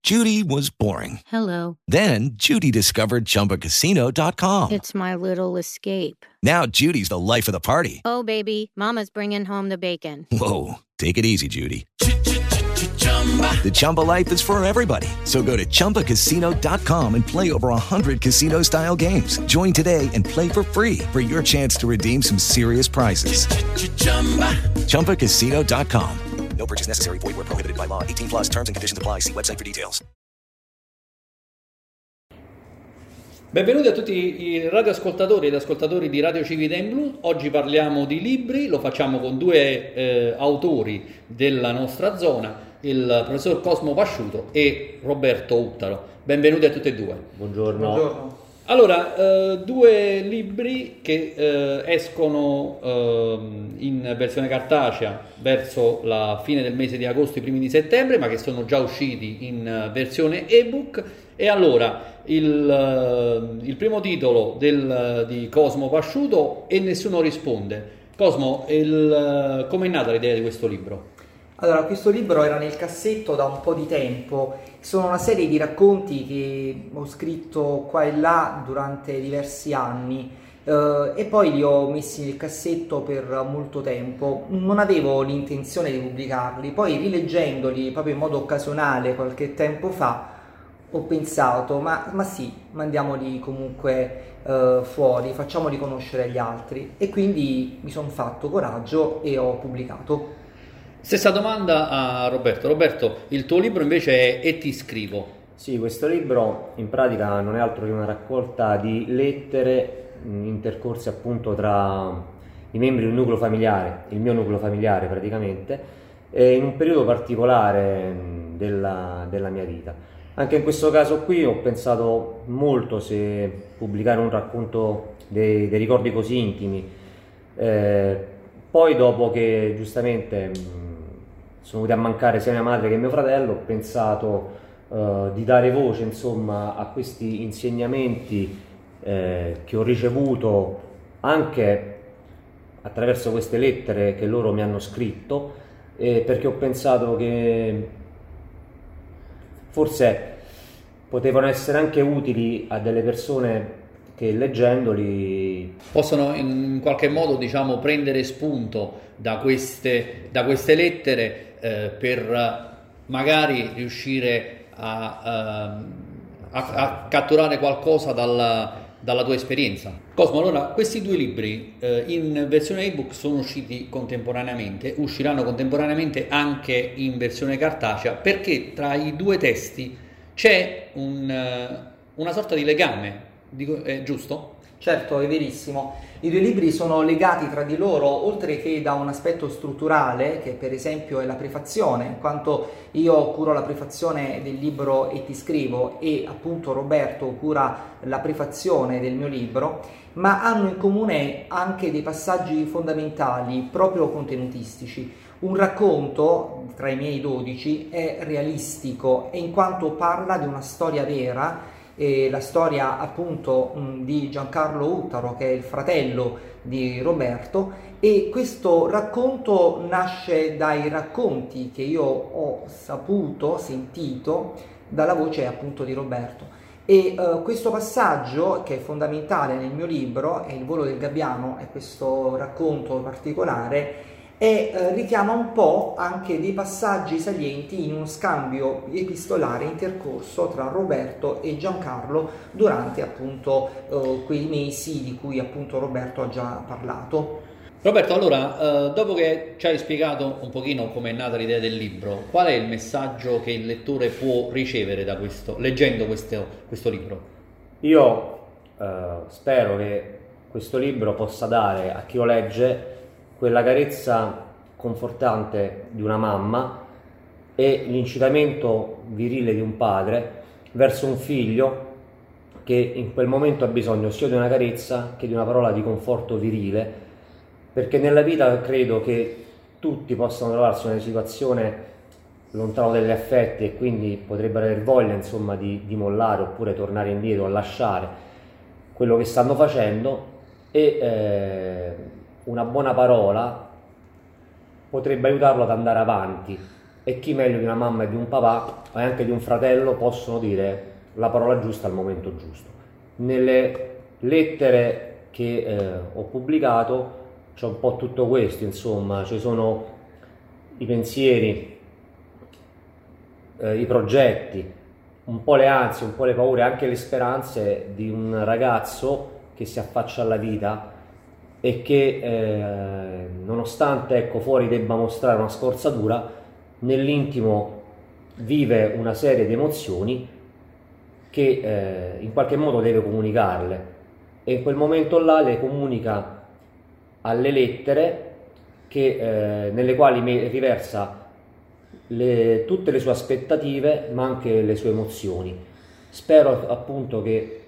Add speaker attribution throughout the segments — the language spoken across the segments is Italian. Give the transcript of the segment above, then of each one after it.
Speaker 1: Judy was boring.
Speaker 2: Hello.
Speaker 1: Then Judy discovered ChumbaCasino.com.
Speaker 2: It's my little escape.
Speaker 1: Now Judy's the life of the party.
Speaker 2: Oh, baby, mama's bringing home the bacon.
Speaker 1: Whoa, take it easy, Judy. The Chumba life is for everybody. So go to ChumbaCasino.com and play over 100 casino-style games. Join today and play for free for your chance to redeem some serious prizes. ChumbaCasino.com. No purchase necessary. Void where prohibited by law. 18 plus terms and conditions apply. See website for details.
Speaker 3: Benvenuti a tutti i radioascoltatori ed ascoltatori di Radio Civita in Blu. Oggi parliamo di libri, lo facciamo con due autori della nostra zona, il professor Cosmo Pasciuto e Roberto Uttaro. Benvenuti a tutti e due.
Speaker 4: Buongiorno.
Speaker 3: Buongiorno. Allora, due libri che escono in versione cartacea verso la fine del mese di agosto, i primi di settembre, ma che sono già usciti in versione ebook. E allora, il primo titolo di Cosmo Pasciuto, E nessuno risponde. Cosmo, com'è nata l'idea di questo libro?
Speaker 4: Allora, questo libro era nel cassetto da un po' di tempo, sono una serie di racconti che ho scritto qua e là durante diversi anni e poi li ho messi nel cassetto per molto tempo. Non avevo l'intenzione di pubblicarli, poi rileggendoli proprio in modo occasionale qualche tempo fa ho pensato ma sì, mandiamoli comunque fuori, facciamoli conoscere agli altri, e quindi mi sono fatto coraggio e ho pubblicato.
Speaker 3: Stessa domanda a Roberto. Roberto, il tuo libro invece è E ti scrivo.
Speaker 5: Sì, questo libro in pratica non è altro che una raccolta di lettere intercorse appunto tra i membri di un nucleo familiare, il mio nucleo familiare praticamente, in un periodo particolare della mia vita. Anche in questo caso qui ho pensato molto se pubblicare un racconto dei ricordi così intimi. Poi dopo che giustamente sono venuti a mancare sia mia madre che mio fratello, ho pensato di dare voce insomma a questi insegnamenti che ho ricevuto anche attraverso queste lettere che loro mi hanno scritto, perché ho pensato che forse potevano essere anche utili a delle persone che leggendoli
Speaker 3: possono in qualche modo, diciamo, prendere spunto da queste lettere per magari riuscire a catturare qualcosa dalla tua esperienza. Cosmo, allora, questi due libri in versione ebook sono usciti contemporaneamente, usciranno contemporaneamente anche in versione cartacea, perché tra i due testi c'è una sorta di legame, è giusto?
Speaker 4: Certo, è verissimo. I due libri sono legati tra di loro, oltre che da un aspetto strutturale, che per esempio è la prefazione, in quanto io curo la prefazione del libro E ti scrivo e appunto Roberto cura la prefazione del mio libro, ma hanno in comune anche dei passaggi fondamentali, proprio contenutistici. Un racconto, tra i miei 12, è realistico e in quanto parla di una storia vera, la storia appunto di Giancarlo Uttaro, che è il fratello di Roberto, e questo racconto nasce dai racconti che io ho sentito dalla voce appunto di Roberto. E questo passaggio, che è fondamentale nel mio libro, è Il volo del gabbiano, è questo racconto particolare, e richiama un po' anche dei passaggi salienti in uno scambio epistolare intercorso tra Roberto e Giancarlo durante appunto quei mesi di cui appunto Roberto ha già parlato.
Speaker 3: Roberto, allora, dopo che ci hai spiegato un pochino come è nata l'idea del libro, qual è il messaggio che il lettore può ricevere da leggendo questo libro?
Speaker 5: Io spero che questo libro possa dare a chi lo legge quella carezza confortante di una mamma e l'incitamento virile di un padre verso un figlio che in quel momento ha bisogno sia di una carezza che di una parola di conforto virile, perché nella vita credo che tutti possano trovarsi in una situazione lontano dagli affetti e quindi potrebbero aver voglia insomma di mollare oppure tornare indietro, lasciare quello che stanno facendo, e una buona parola potrebbe aiutarlo ad andare avanti e chi meglio di una mamma e di un papà e anche di un fratello possono dire la parola giusta al momento giusto. Nelle lettere che ho pubblicato c'è un po' tutto questo, insomma, ci sono i pensieri, i progetti, un po' le ansie, un po' le paure, anche le speranze di un ragazzo che si affaccia alla vita e che nonostante ecco, fuori debba mostrare una scorzatura, nell'intimo vive una serie di emozioni che in qualche modo deve comunicarle, e in quel momento là le comunica alle lettere nelle quali riversa tutte le sue aspettative ma anche le sue emozioni. Spero appunto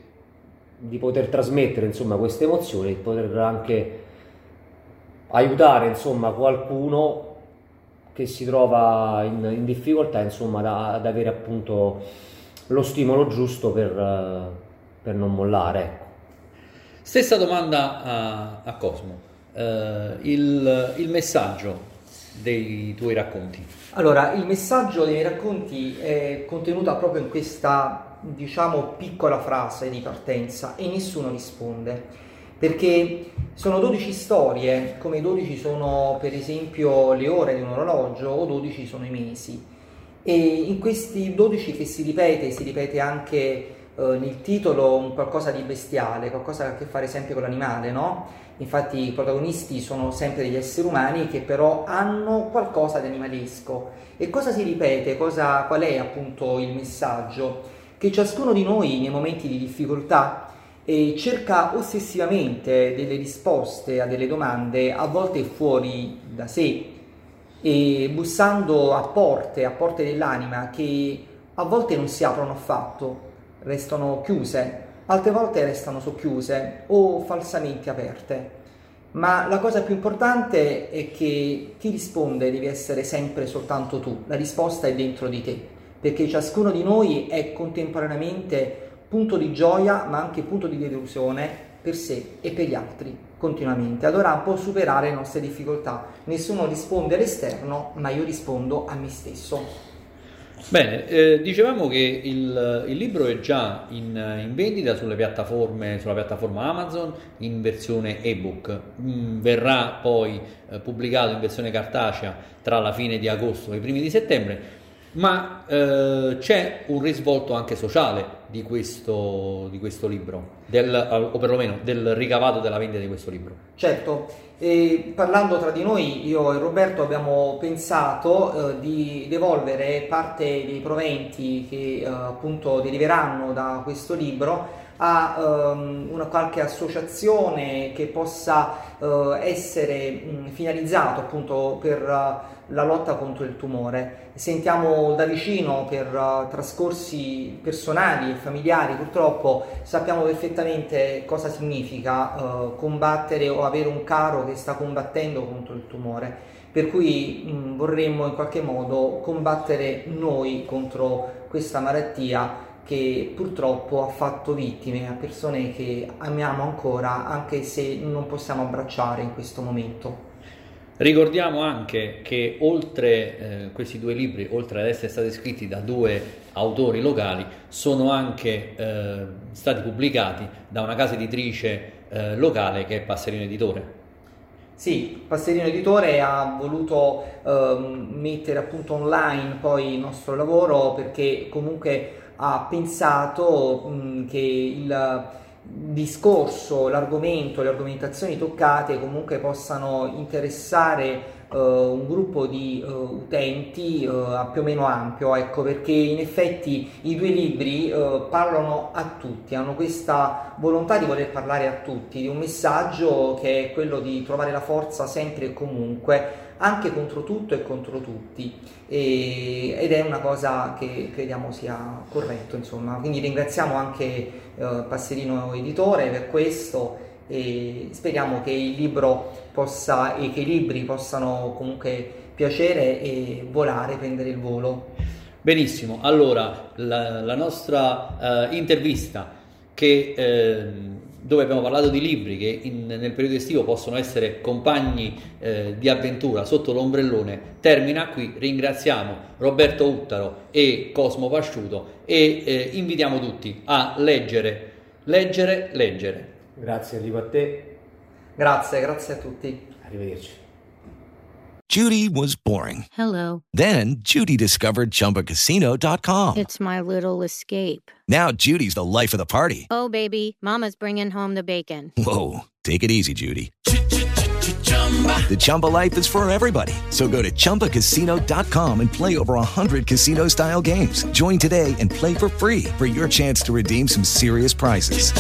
Speaker 5: di poter trasmettere insomma queste emozioni, di poter anche aiutare insomma qualcuno che si trova in difficoltà, insomma ad avere appunto lo stimolo giusto per non mollare, ecco.
Speaker 3: Stessa domanda a Cosmo, il messaggio dei tuoi racconti.
Speaker 4: Allora, il messaggio dei miei racconti è contenuto proprio in questa, diciamo, piccola frase di partenza: e nessuno risponde, perché sono 12 storie, come 12 sono per esempio le ore di un orologio o 12 sono i mesi, e in questi 12 che si ripete anche nel titolo un qualcosa di bestiale, qualcosa che ha a che fare sempre con l'animale, no? Infatti i protagonisti sono sempre degli esseri umani che però hanno qualcosa di animalesco. E cosa si ripete? Qual è appunto il messaggio? Che ciascuno di noi nei momenti di difficoltà cerca ossessivamente delle risposte a delle domande, a volte fuori da sé, e bussando a porte dell'anima che a volte non si aprono affatto, restano chiuse, altre volte restano socchiuse o falsamente aperte. Ma la cosa più importante è che chi risponde devi essere sempre soltanto tu, la risposta è dentro di te, perché ciascuno di noi è contemporaneamente punto di gioia ma anche punto di delusione per sé e per gli altri, continuamente. Allora può superare le nostre difficoltà. Nessuno risponde all'esterno, ma io rispondo a me stesso.
Speaker 3: Bene, dicevamo che il libro è già in vendita sulla piattaforma Amazon in versione ebook, verrà poi pubblicato in versione cartacea tra la fine di agosto e i primi di settembre, ma c'è un risvolto anche sociale di questo libro, o perlomeno del ricavato della vendita di questo libro.
Speaker 4: Certo. E parlando tra di noi, io e Roberto abbiamo pensato di devolvere parte dei proventi che appunto deriveranno da questo libro a una qualche associazione che possa essere finalizzato appunto per la lotta contro il tumore. Sentiamo da vicino per trascorsi personali e familiari, purtroppo sappiamo perfettamente cosa significa combattere o avere un caro che sta combattendo contro il tumore, per cui vorremmo in qualche modo combattere noi contro questa malattia che purtroppo ha fatto vittime a persone che amiamo ancora, anche se non possiamo abbracciare in questo momento.
Speaker 3: Ricordiamo anche che oltre questi due libri, oltre ad essere stati scritti da due autori locali, sono anche stati pubblicati da una casa editrice locale che è Passerino Editore.
Speaker 4: Sì, Passerino Editore ha voluto mettere appunto online poi il nostro lavoro, perché comunque ha pensato che il discorso, l'argomento, le argomentazioni toccate comunque possano interessare un gruppo di utenti più o meno ampio, ecco, perché in effetti i due libri parlano a tutti, hanno questa volontà di voler parlare a tutti, di un messaggio che è quello di trovare la forza sempre e comunque, anche contro tutto e contro tutti, ed è una cosa che crediamo sia corretto, insomma. Quindi ringraziamo anche Passerino Editore per questo, e speriamo che il libro che i libri possano comunque piacere e volare, prendere il volo.
Speaker 3: Benissimo, allora la nostra intervista che dove abbiamo parlato di libri che nel periodo estivo possono essere compagni di avventura sotto l'ombrellone, termina qui. Ringraziamo Roberto Uttaro e Cosmo Pasciuto e invitiamo tutti a leggere.
Speaker 5: Grazie Enrico a te.
Speaker 4: Grazie a tutti.
Speaker 5: Arrivederci.
Speaker 1: Judy was boring.
Speaker 2: Hello.
Speaker 1: Then Judy discovered ChumbaCasino.com.
Speaker 2: It's my little escape.
Speaker 1: Now Judy's the life of the party.
Speaker 2: Oh, baby, mama's bringing home the bacon.
Speaker 1: Whoa, take it easy, Judy. The Chumba life is for everybody. So go to ChumbaCasino.com and play over 100 casino-style games. Join today and play for free for your chance to redeem some serious prizes.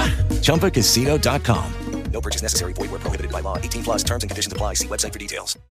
Speaker 1: ChumbaCasino.com. No purchase necessary. Void where prohibited by law. 18+ terms and conditions apply. See website for details.